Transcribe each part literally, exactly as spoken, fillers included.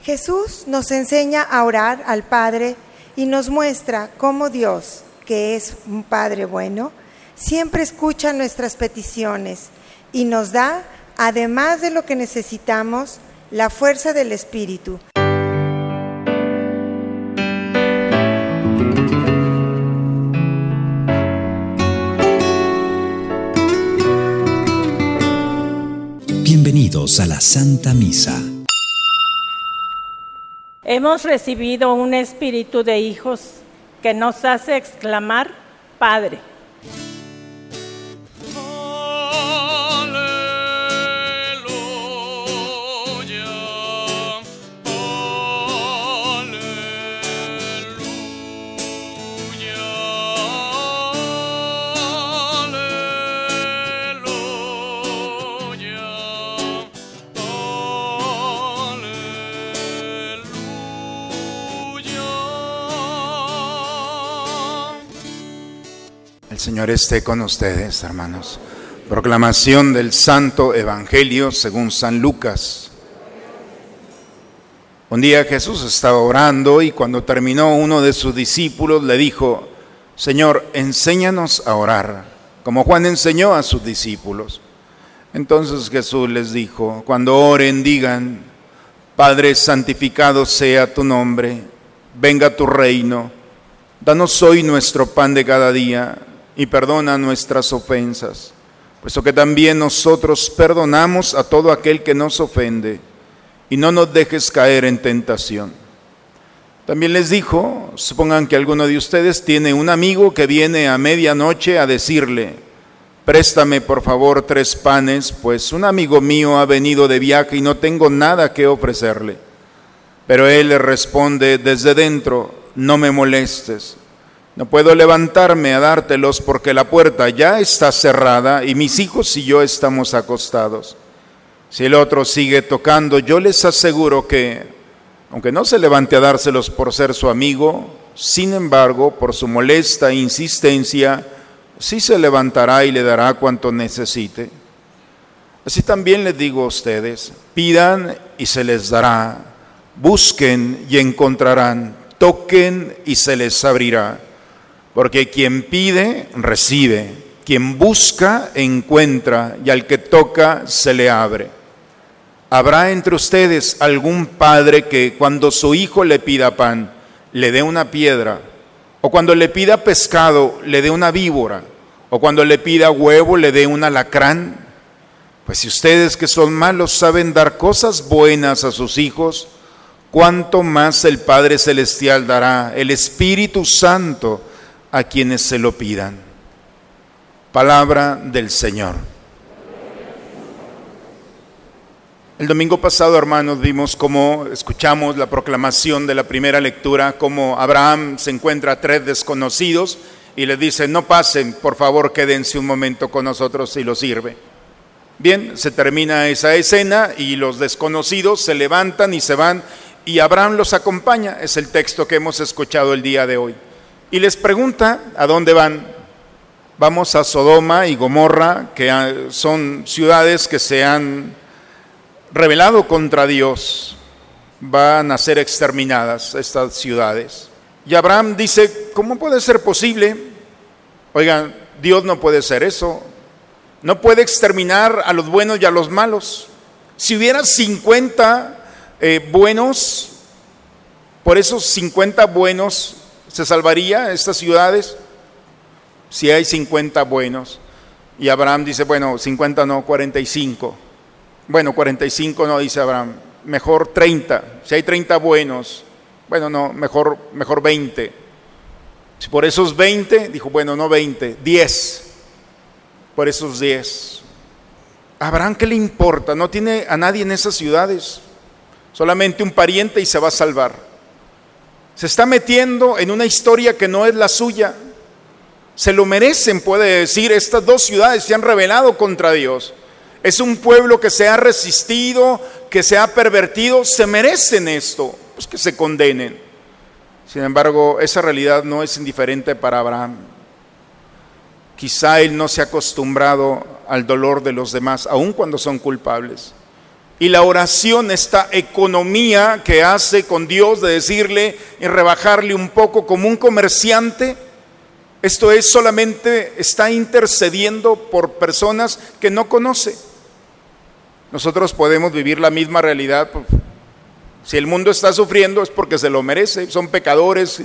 Jesús nos enseña a orar al Padre y nos muestra cómo Dios, que es un Padre bueno, siempre escucha nuestras peticiones y nos da, además de lo que necesitamos, la fuerza del Espíritu. Bienvenidos a la Santa Misa. Hemos recibido un espíritu de hijos que nos hace exclamar, Padre. El Señor esté con ustedes, hermanos. Proclamación del Santo Evangelio según San Lucas. Un día Jesús estaba orando y cuando terminó, uno de sus discípulos le dijo: Señor, enséñanos a orar, como Juan enseñó a sus discípulos. Entonces Jesús les dijo: cuando oren, digan: Padre, santificado sea tu nombre, venga tu reino, danos hoy nuestro pan de cada día, y perdona nuestras ofensas, puesto que también nosotros perdonamos a todo aquel que nos ofende, y no nos dejes caer en tentación. También les dijo: supongan que alguno de ustedes tiene un amigo que viene a medianoche a decirle: préstame por favor tres panes, pues un amigo mío ha venido de viaje y no tengo nada que ofrecerle. Pero él le responde desde dentro: no me molestes, no puedo levantarme a dártelos porque la puerta ya está cerrada y mis hijos y yo estamos acostados. Si el otro sigue tocando, yo les aseguro que, aunque no se levante a dárselos por ser su amigo, sin embargo, por su molesta insistencia, sí se levantará y le dará cuanto necesite. Así también les digo a ustedes: pidan y se les dará, busquen y encontrarán, toquen y se les abrirá. Porque quien pide, recibe, quien busca, encuentra, y al que toca, se le abre. ¿Habrá entre ustedes algún padre que cuando su hijo le pida pan, le dé una piedra? ¿O cuando le pida pescado, le dé una víbora? ¿O cuando le pida huevo, le dé un alacrán? Pues si ustedes que son malos saben dar cosas buenas a sus hijos, ¿cuánto más el Padre Celestial dará el Espíritu Santo a quienes se lo pidan? Palabra del Señor. El domingo pasado, hermanos, vimos cómo escuchamos la proclamación de la primera lectura, cómo Abraham se encuentra a tres desconocidos y les dice: no pasen, por favor, quédense un momento con nosotros, y los sirve. Bien, se termina esa escena y los desconocidos se levantan y se van, y Abraham los acompaña. Es el texto que hemos escuchado el día de hoy. Y les pregunta: ¿a dónde van? Vamos a Sodoma y Gomorra, que son ciudades que se han rebelado contra Dios. Van a ser exterminadas estas ciudades. Y Abraham dice: ¿cómo puede ser posible? Oigan, Dios no puede hacer eso. No puede exterminar a los buenos y a los malos. Si hubiera cincuenta eh, buenos, por esos cincuenta buenos ¿se salvaría estas ciudades? Si hay cincuenta buenos. Y Abraham dice: bueno, cincuenta no, cuarenta y cinco. Bueno, cuarenta y cinco no, dice Abraham, mejor treinta. Si hay treinta buenos, bueno, no, mejor, mejor veinte. Si por esos veinte, dijo: bueno, no veinte, diez. Por esos diez. ¿A Abraham qué le importa? No tiene a nadie en esas ciudades, solamente un pariente, y se va a salvar. Se está metiendo en una historia que no es la suya. Se lo merecen, puede decir. Estas dos ciudades se han rebelado contra Dios. Es un pueblo que se ha resistido, que se ha pervertido. Se merecen esto, pues que se condenen. Sin embargo, esa realidad no es indiferente para Abraham. Quizá él no se ha acostumbrado al dolor de los demás, aun cuando son culpables. Y la oración, esta economía que hace con Dios de decirle y rebajarle un poco como un comerciante, esto es solamente está intercediendo por personas que no conoce. Nosotros podemos vivir la misma realidad. Si el mundo está sufriendo es porque se lo merece, son pecadores.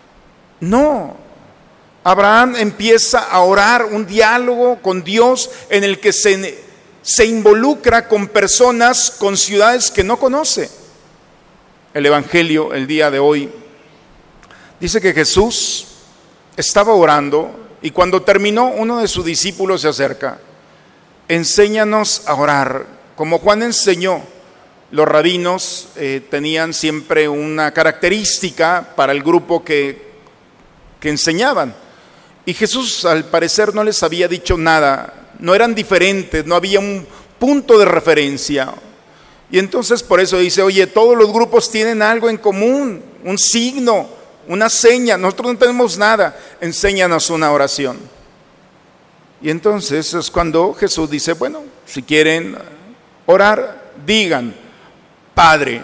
No, Abraham empieza a orar un diálogo con Dios en el que se, se involucra con personas, con ciudades que no conoce. El Evangelio el día de hoy dice que Jesús estaba orando y cuando terminó, uno de sus discípulos se acerca. Enséñanos a orar, como Juan enseñó. Los rabinos eh, tenían siempre una característica para el grupo que, que enseñaban. Y Jesús al parecer no les había dicho nada, no eran diferentes, no había un punto de referencia. Y entonces por eso dice, oye, todos los grupos tienen algo en común, un signo, una seña, nosotros no tenemos nada, enséñanos una oración. Y entonces es cuando Jesús dice, bueno, si quieren orar, digan, Padre.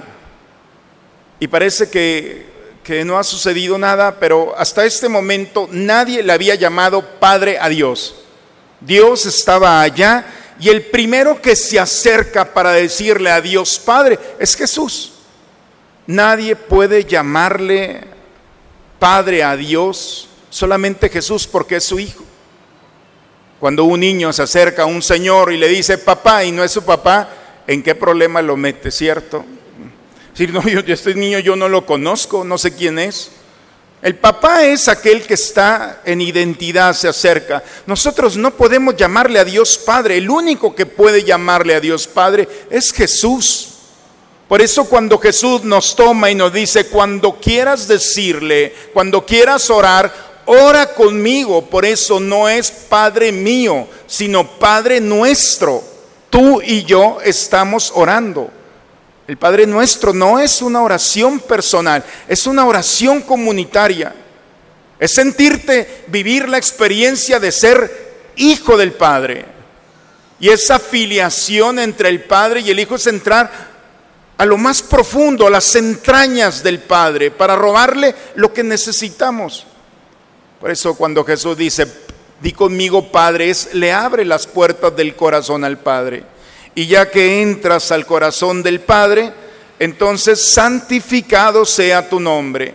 Y parece que, que no ha sucedido nada, pero hasta este momento nadie le había llamado Padre a Dios. Dios estaba allá y el primero que se acerca para decirle a Dios Padre es Jesús. Nadie puede llamarle Padre a Dios, solamente Jesús, porque es su Hijo. Cuando un niño se acerca a un señor y le dice papá y no es su papá, ¿en qué problema lo mete, cierto? Si no, yo, este niño yo no lo conozco, no sé quién es. El papá es aquel que está en identidad, se acerca. Nosotros no podemos llamarle a Dios Padre, el único que puede llamarle a Dios Padre es Jesús. Por eso cuando Jesús nos toma y nos dice, cuando quieras decirle, cuando quieras orar, ora conmigo. Por eso no es Padre mío, sino Padre nuestro. Tú y yo estamos orando. El Padre Nuestro no es una oración personal, es una oración comunitaria. Es sentirte, vivir la experiencia de ser hijo del Padre. Y esa filiación entre el Padre y el Hijo es entrar a lo más profundo, a las entrañas del Padre, para robarle lo que necesitamos. Por eso cuando Jesús dice, di conmigo Padre, es, le abre las puertas del corazón al Padre. Y ya que entras al corazón del Padre, entonces santificado sea tu nombre.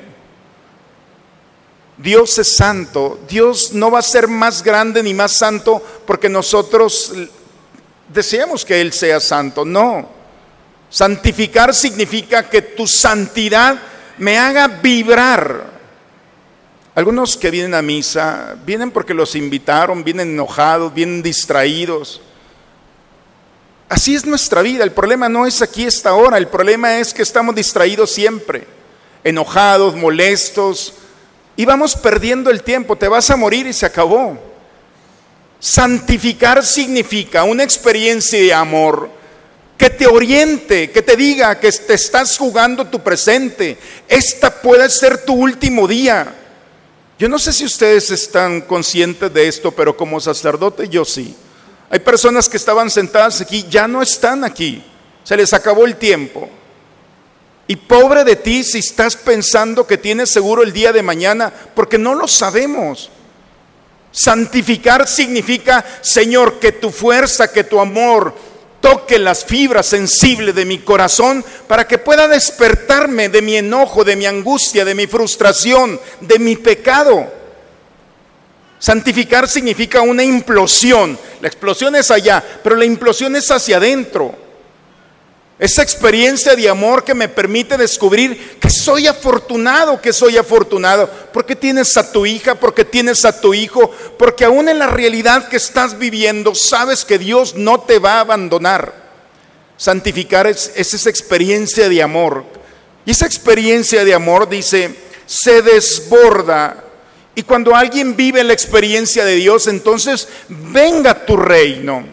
Dios es santo. Dios no va a ser más grande ni más santo porque nosotros deseamos que Él sea santo. No. Santificar significa que tu santidad me haga vibrar. Algunos que vienen a misa, vienen porque los invitaron, vienen enojados, vienen distraídos. Así es nuestra vida. El problema no es aquí esta hora, el problema es que estamos distraídos siempre, enojados, molestos, y vamos perdiendo el tiempo. Te vas a morir y se acabó. Santificar significa una experiencia de amor que te oriente, que te diga que te estás jugando tu presente. Esta puede ser tu último día. Yo no sé si ustedes están conscientes de esto, pero como sacerdote yo sí. Hay personas que estaban sentadas aquí, ya no están aquí, se les acabó el tiempo. Y pobre de ti si estás pensando que tienes seguro el día de mañana, porque no lo sabemos. Santificar significa, Señor, que tu fuerza, que tu amor toque las fibras sensibles de mi corazón para que pueda despertarme de mi enojo, de mi angustia, de mi frustración, de mi pecado. Santificar significa una implosión. La explosión es allá, pero la implosión es hacia adentro. Esa experiencia de amor que me permite descubrir que soy afortunado, que soy afortunado. Porque tienes a tu hija, porque tienes a tu hijo, porque aún en la realidad que estás viviendo, sabes que Dios no te va a abandonar. Santificar es, es esa experiencia de amor. Y esa experiencia de amor, dice, se desborda. Y cuando alguien vive la experiencia de Dios, entonces venga tu reino.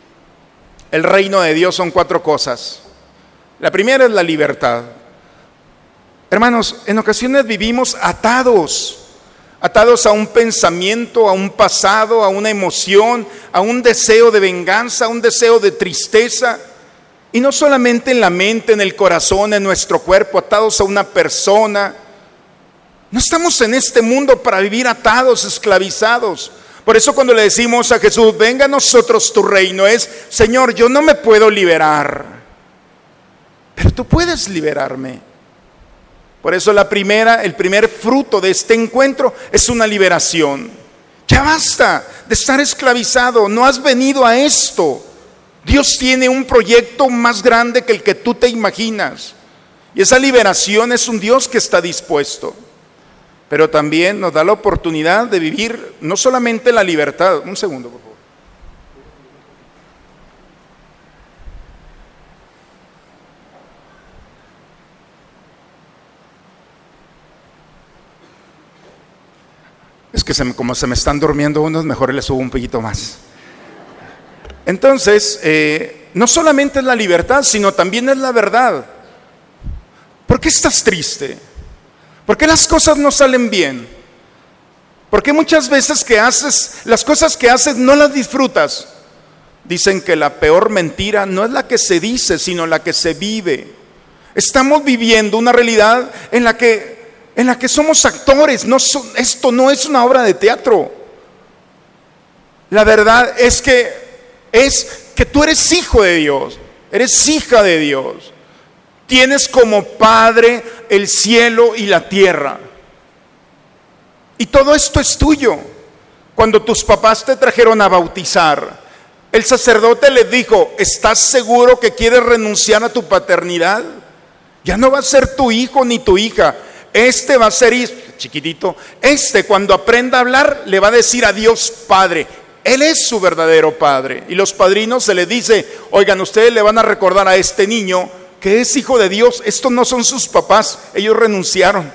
El reino de Dios son cuatro cosas. La primera es la libertad. Hermanos, en ocasiones vivimos atados, atados a un pensamiento, a un pasado, a una emoción, a un deseo de venganza, a un deseo de tristeza. Y no solamente en la mente, en el corazón, en nuestro cuerpo, atados a una persona. No estamos en este mundo para vivir atados, esclavizados. Por eso cuando le decimos a Jesús, venga a nosotros tu reino, es, Señor, yo no me puedo liberar, pero tú puedes liberarme. Por eso la primera, el primer fruto de este encuentro es una liberación. Ya basta de estar esclavizado, no has venido a esto. Dios tiene un proyecto más grande que el que tú te imaginas. Y esa liberación es un Dios que está dispuesto. Pero también nos da la oportunidad de vivir no solamente la libertad. Un segundo, por favor. Es que se me, como se me están durmiendo unos, mejor les subo un poquito más. Entonces, eh, no solamente es la libertad, sino también es la verdad. ¿Por qué estás triste? ¿Por qué las cosas no salen bien? ¿Por qué muchas veces que haces, las cosas que haces no las disfrutas? Dicen que la peor mentira no es la que se dice, sino la que se vive. Estamos viviendo una realidad en la que, en la que somos actores. No so, esto no es una obra de teatro. La verdad es que es que tú eres hijo de Dios, eres hija de Dios. Tienes como padre el cielo y la tierra. Y todo esto es tuyo. Cuando tus papás te trajeron a bautizar, el sacerdote les dijo, ¿estás seguro que quieres renunciar a tu paternidad? Ya no va a ser tu hijo ni tu hija. Este va a ser, chiquitito, este cuando aprenda a hablar le va a decir a Dios Padre. Él es su verdadero padre. Y los padrinos se les dice, oigan, ustedes le van a recordar a este niño que es hijo de Dios. Estos no son sus papás, ellos renunciaron.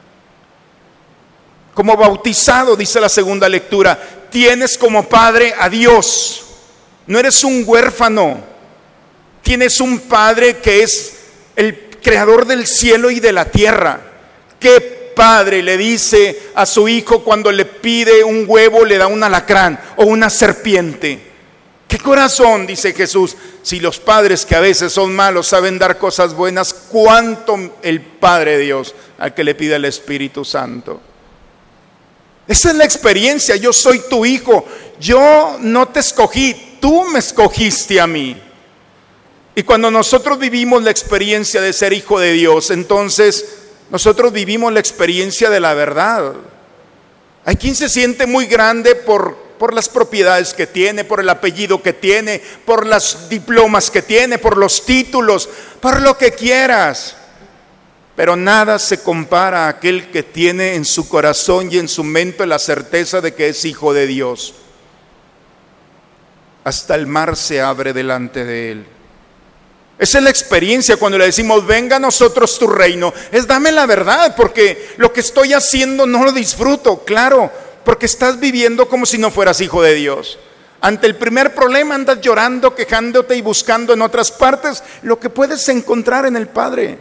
Como bautizado, dice la segunda lectura, tienes como padre a Dios. No eres un huérfano. Tienes un padre que es el creador del cielo y de la tierra. ¿Qué padre le dice a su hijo cuando le pide un huevo, le da un alacrán o una serpiente? ¿Qué corazón, dice Jesús? Si los padres que a veces son malos saben dar cosas buenas, ¿cuánto el Padre Dios al que le pide el Espíritu Santo? Esa es la experiencia. Yo soy tu hijo. Yo no te escogí, tú me escogiste a mí. Y cuando nosotros vivimos la experiencia de ser hijo de Dios, entonces nosotros vivimos la experiencia de la verdad. Hay quien se siente muy grande por, por las propiedades que tiene, por el apellido que tiene, por los diplomas que tiene, por los títulos, por lo que quieras. Pero nada se compara a aquel que tiene en su corazón y en su mente la certeza de que es hijo de Dios. Hasta el mar se abre delante de él. Esa es la experiencia cuando le decimos, venga a nosotros tu reino. Es dame la verdad, porque lo que estoy haciendo no lo disfruto. Claro, porque estás viviendo como si no fueras hijo de Dios. Ante el primer problema andas llorando, quejándote y buscando en otras partes lo que puedes encontrar en el Padre.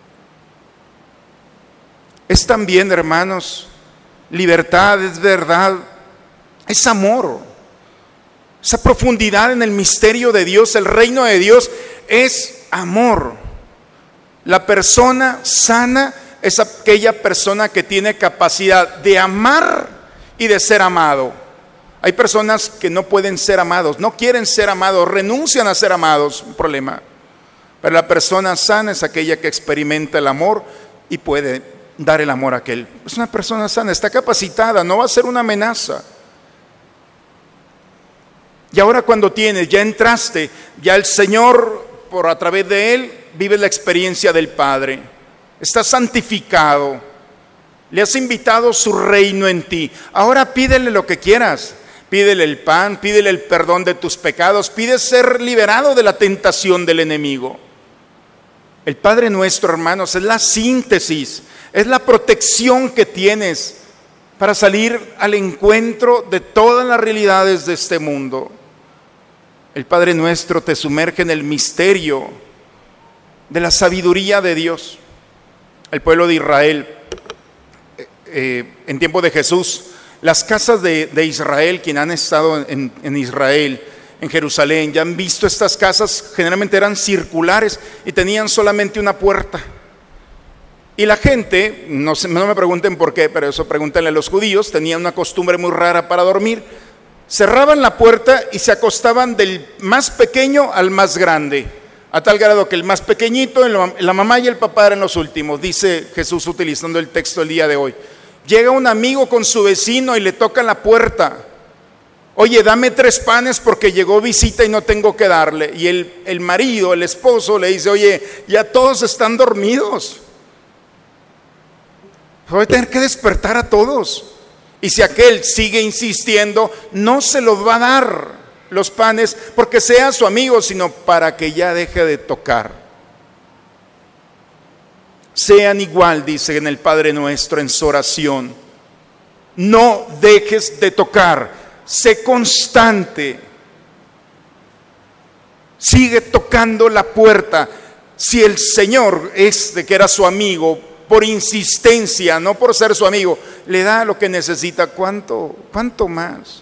Es también, hermanos, libertad, es verdad, es amor. Esa profundidad en el misterio de Dios, el reino de Dios es amor. La persona sana es aquella persona que tiene capacidad de amar y de ser amado. Hay personas que no pueden ser amados, no quieren ser amados, renuncian a ser amados, un problema. Pero la persona sana es aquella que experimenta el amor y puede dar el amor a aquel. Es una persona sana, está capacitada, no va a ser una amenaza. Y ahora cuando tienes, ya entraste, ya el Señor, por a través de Él, vive la experiencia del Padre. Estás santificado. Le has invitado su reino en ti. Ahora pídele lo que quieras. Pídele el pan, pídele el perdón de tus pecados, pide ser liberado de la tentación del enemigo. El Padre Nuestro, hermanos, es la síntesis, es la protección que tienes para salir al encuentro de todas las realidades de este mundo. El Padre Nuestro te sumerge en el misterio de la sabiduría de Dios. El pueblo de Israel, eh, en tiempo de Jesús, las casas de, de Israel, quienes han estado en, en Israel, en Jerusalén, ya han visto estas casas, generalmente eran circulares y tenían solamente una puerta. Y la gente, no, sé, no me pregunten por qué, pero eso pregúntenle a los judíos, tenían una costumbre muy rara para dormir. Cerraban la puerta y se acostaban del más pequeño al más grande, a tal grado que el más pequeñito, la mamá y el papá eran los últimos, dice Jesús utilizando el texto del día de hoy. Llega un amigo con su vecino y le toca la puerta. Oye, dame tres panes porque llegó visita y no tengo que darle. Y el, el marido, el esposo le dice, oye, ya todos están dormidos. Voy a tener que despertar a todos. Y si aquel sigue insistiendo, no se los va a dar los panes porque sea su amigo, sino para que ya deje de tocar. Sean igual, dice en el Padre Nuestro en su oración. No dejes de tocar. Sé constante. Sigue tocando la puerta. Si el Señor, este que era su amigo, por insistencia, no por ser su amigo, le da lo que necesita, ¿cuánto, cuánto más?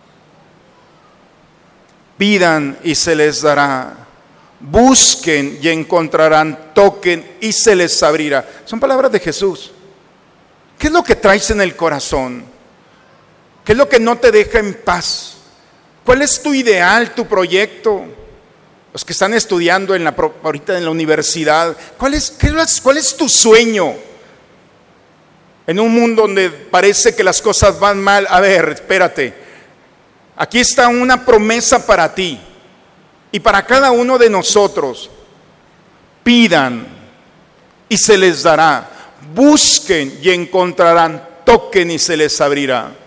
Pidan y se les dará. Busquen y encontrarán. Toquen y se les abrirá. Son palabras de Jesús. ¿Qué es lo que traes en el corazón? ¿Qué es lo que no te deja en paz? ¿Cuál es tu ideal, tu proyecto? Los que están estudiando en la, ahorita en la universidad, ¿cuál es, qué es, ¿cuál es tu sueño? En un mundo donde parece que las cosas van mal, a ver, espérate. Aquí está una promesa para ti y para cada uno de nosotros. Pidan y se les dará. Busquen y encontrarán. Toquen y se les abrirá.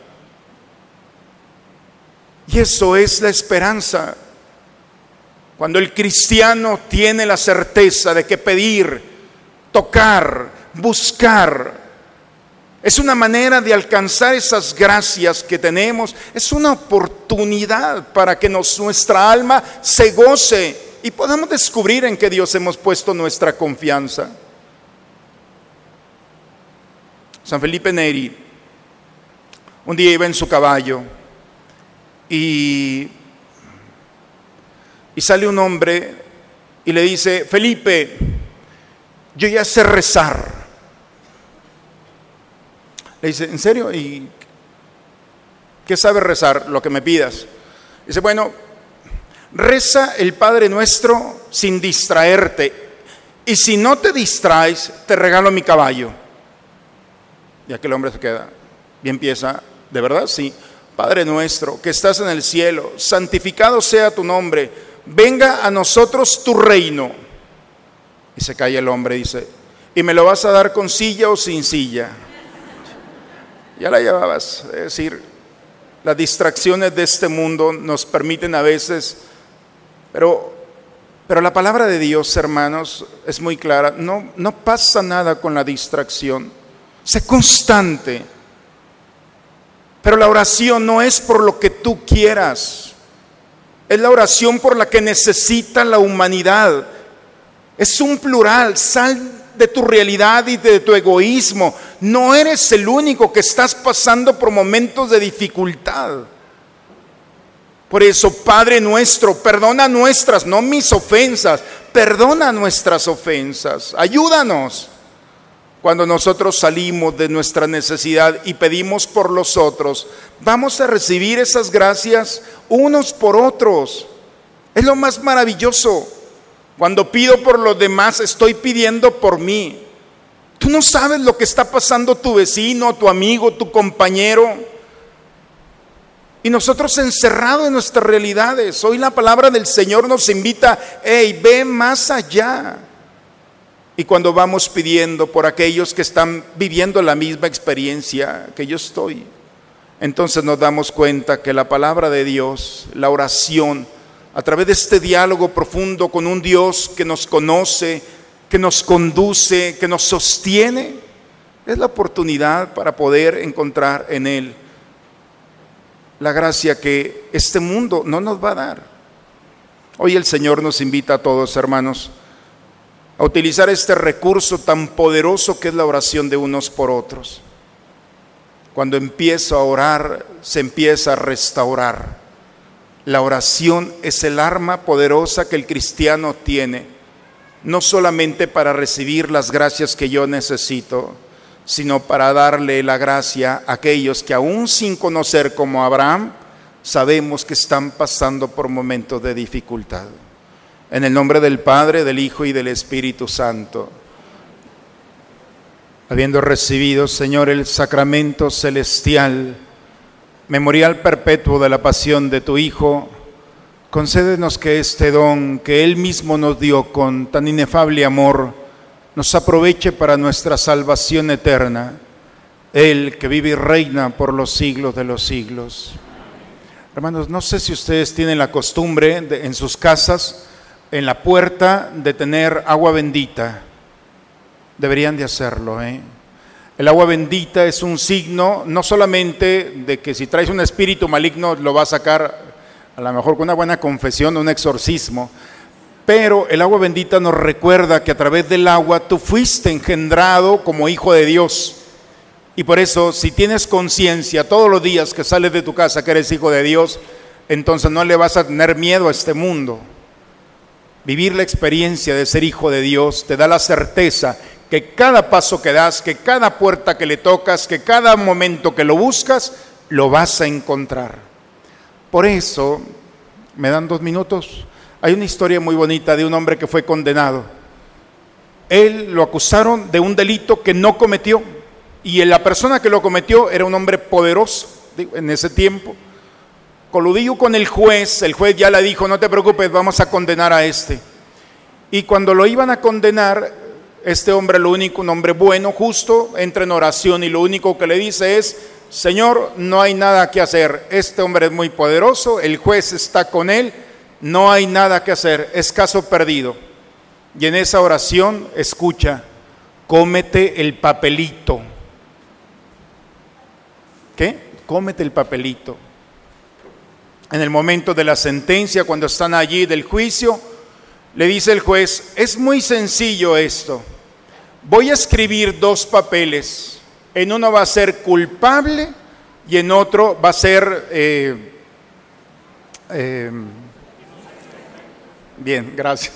Y eso es la esperanza. Cuando el cristiano tiene la certeza de que pedir, tocar, buscar, es una manera de alcanzar esas gracias que tenemos, es una oportunidad para que nos, nuestra alma se goce y podamos descubrir en qué Dios hemos puesto nuestra confianza. San Felipe Neri un día iba en su caballo y, y sale un hombre y le dice, Felipe, yo ya sé rezar. Le dice, ¿en serio? ¿Y qué sabes rezar? Lo que me pidas. Dice, bueno, reza el Padre Nuestro sin distraerte. Y si no te distraes, te regalo mi caballo. Y aquel hombre se queda. Y empieza, ¿de verdad? Sí. Padre Nuestro, que estás en el cielo, santificado sea tu nombre. Venga a nosotros tu reino. Y se calla el hombre y dice, ¿y me lo vas a dar con silla o sin silla? Ya la llevabas. Es decir, las distracciones de este mundo nos permiten a veces, pero, pero la palabra de Dios, hermanos, es muy clara. No, no pasa nada con la distracción. Sé constante. Pero la oración no es por lo que tú quieras. Es la oración por la que necesita la humanidad. Es un plural. Sal de tu realidad y de tu egoísmo. No eres el único que estás pasando por momentos de dificultad. Por eso, Padre Nuestro, perdona nuestras, no mis ofensas, perdona nuestras ofensas. Ayúdanos. Cuando nosotros salimos de nuestra necesidad y pedimos por los otros, vamos a recibir esas gracias unos por otros. Es lo más maravilloso. Cuando pido por los demás, estoy pidiendo por mí. Tú no sabes lo que está pasando tu vecino, tu amigo, tu compañero. Y nosotros encerrados en nuestras realidades. Hoy la palabra del Señor nos invita, hey, ve más allá. Y cuando vamos pidiendo por aquellos que están viviendo la misma experiencia que yo estoy, entonces nos damos cuenta que la palabra de Dios, la oración, a través de este diálogo profundo con un Dios que nos conoce, que nos conduce, que nos sostiene, es la oportunidad para poder encontrar en Él la gracia que este mundo no nos va a dar. Hoy el Señor nos invita a todos, hermanos, a utilizar este recurso tan poderoso que es la oración de unos por otros. Cuando empiezo a orar, se empieza a restaurar. La oración es el arma poderosa que el cristiano tiene, no solamente para recibir las gracias que yo necesito, sino para darle la gracia a aquellos que aún sin conocer como Abraham, sabemos que están pasando por momentos de dificultad. En el nombre del Padre, del Hijo y del Espíritu Santo. Habiendo recibido, Señor, el sacramento celestial, memorial perpetuo de la pasión de tu Hijo, concédenos que este don que Él mismo nos dio con tan inefable amor, nos aproveche para nuestra salvación eterna. Él que vive y reina por los siglos de los siglos. Hermanos, no sé si ustedes tienen la costumbre de, en sus casas, en la puerta, de tener agua bendita. Deberían de hacerlo, ¿eh? El agua bendita es un signo no solamente de que si traes un espíritu maligno lo va a sacar a lo mejor con una buena confesión, un exorcismo, pero el agua bendita nos recuerda que a través del agua tú fuiste engendrado como hijo de Dios. Y por eso, si tienes conciencia todos los días que sales de tu casa que eres hijo de Dios, entonces no le vas a tener miedo a este mundo. Vivir la experiencia de ser hijo de Dios te da la certeza que cada paso que das, que cada puerta que le tocas, que cada momento que lo buscas, lo vas a encontrar. Por eso, ¿me dan dos minutos? Hay una historia muy bonita de un hombre que fue condenado. Él lo acusaron de un delito que no cometió, y la persona que lo cometió era un hombre poderoso en ese tiempo. Coludió con el juez, el juez ya le dijo, no te preocupes, vamos a condenar a este. Y cuando lo iban a condenar, este hombre, lo único, un hombre bueno, justo, entra en oración y lo único que le dice es, Señor, no hay nada que hacer, este hombre es muy poderoso, el juez está con él, no hay nada que hacer, es caso perdido. Y en esa oración escucha, cómete el papelito. ¿Qué? Cómete el papelito. En el momento de la sentencia, cuando están allí del juicio, le dice el juez, es muy sencillo esto, voy a escribir dos papeles, en uno va a ser culpable y en otro va a ser, eh, eh, bien, gracias,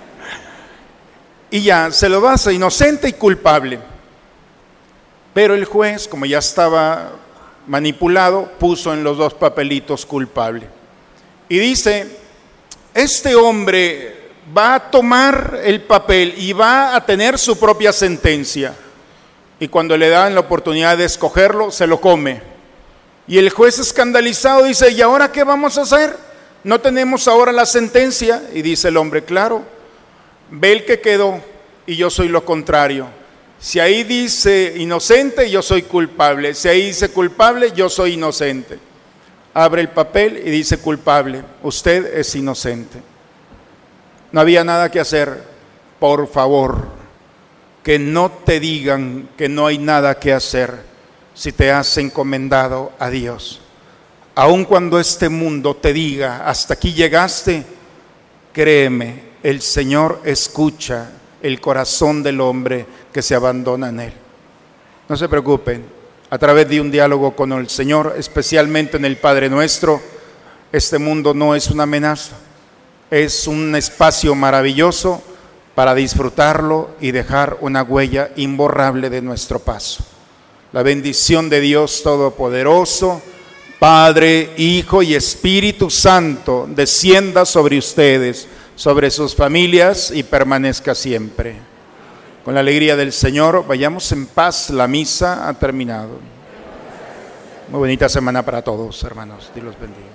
y ya, se lo va a hacer inocente y culpable, pero el juez, como ya estaba manipulado, puso en los dos papelitos culpable, y dice, este hombre va a tomar el papel y va a tener su propia sentencia. Y cuando le dan la oportunidad de escogerlo, se lo come. Y el juez escandalizado dice, ¿y ahora qué vamos a hacer? No tenemos ahora la sentencia. Y dice el hombre, claro, ve el que quedó y yo soy lo contrario. Si ahí dice inocente, yo soy culpable. Si ahí dice culpable, yo soy inocente. Abre el papel y dice culpable, usted es inocente. No había nada que hacer. Por favor, que no te digan que no hay nada que hacer si te has encomendado a Dios. Aun cuando este mundo te diga, hasta aquí llegaste, créeme, el Señor escucha el corazón del hombre que se abandona en Él. No se preocupen, a través de un diálogo con el Señor, especialmente en el Padre Nuestro, este mundo no es una amenaza. Es un espacio maravilloso para disfrutarlo y dejar una huella imborrable de nuestro paso. La bendición de Dios Todopoderoso, Padre, Hijo y Espíritu Santo, descienda sobre ustedes, sobre sus familias y permanezca siempre. Con la alegría del Señor, vayamos en paz, la misa ha terminado. Muy bonita semana para todos, hermanos. Dios los bendiga.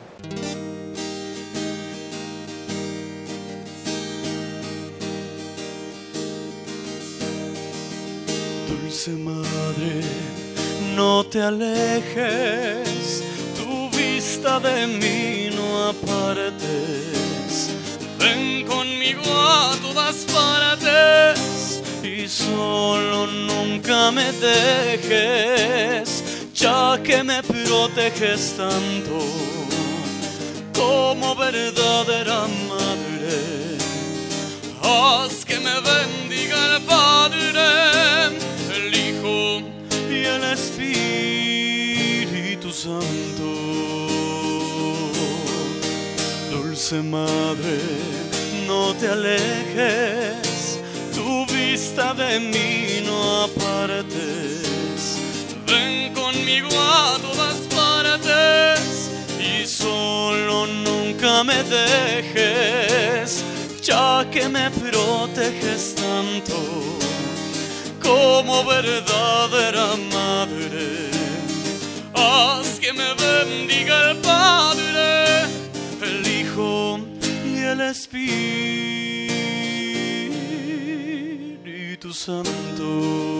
Dulce Madre, no te alejes, tu vista de mí no apartes. Ven conmigo a todas partes y solo nunca me dejes, ya que me proteges tanto como verdadera madre. Haz que me bendiga el Padre, el Hijo y el Espíritu Santo. Dulce Madre, no te alejes, tu vista de mí no apartes. Ven conmigo a todas partes y solo nunca me dejes, ya que me proteges tanto como verdadera madre. Haz que me bendiga el Padre, el Hijo y el Espíritu Santo.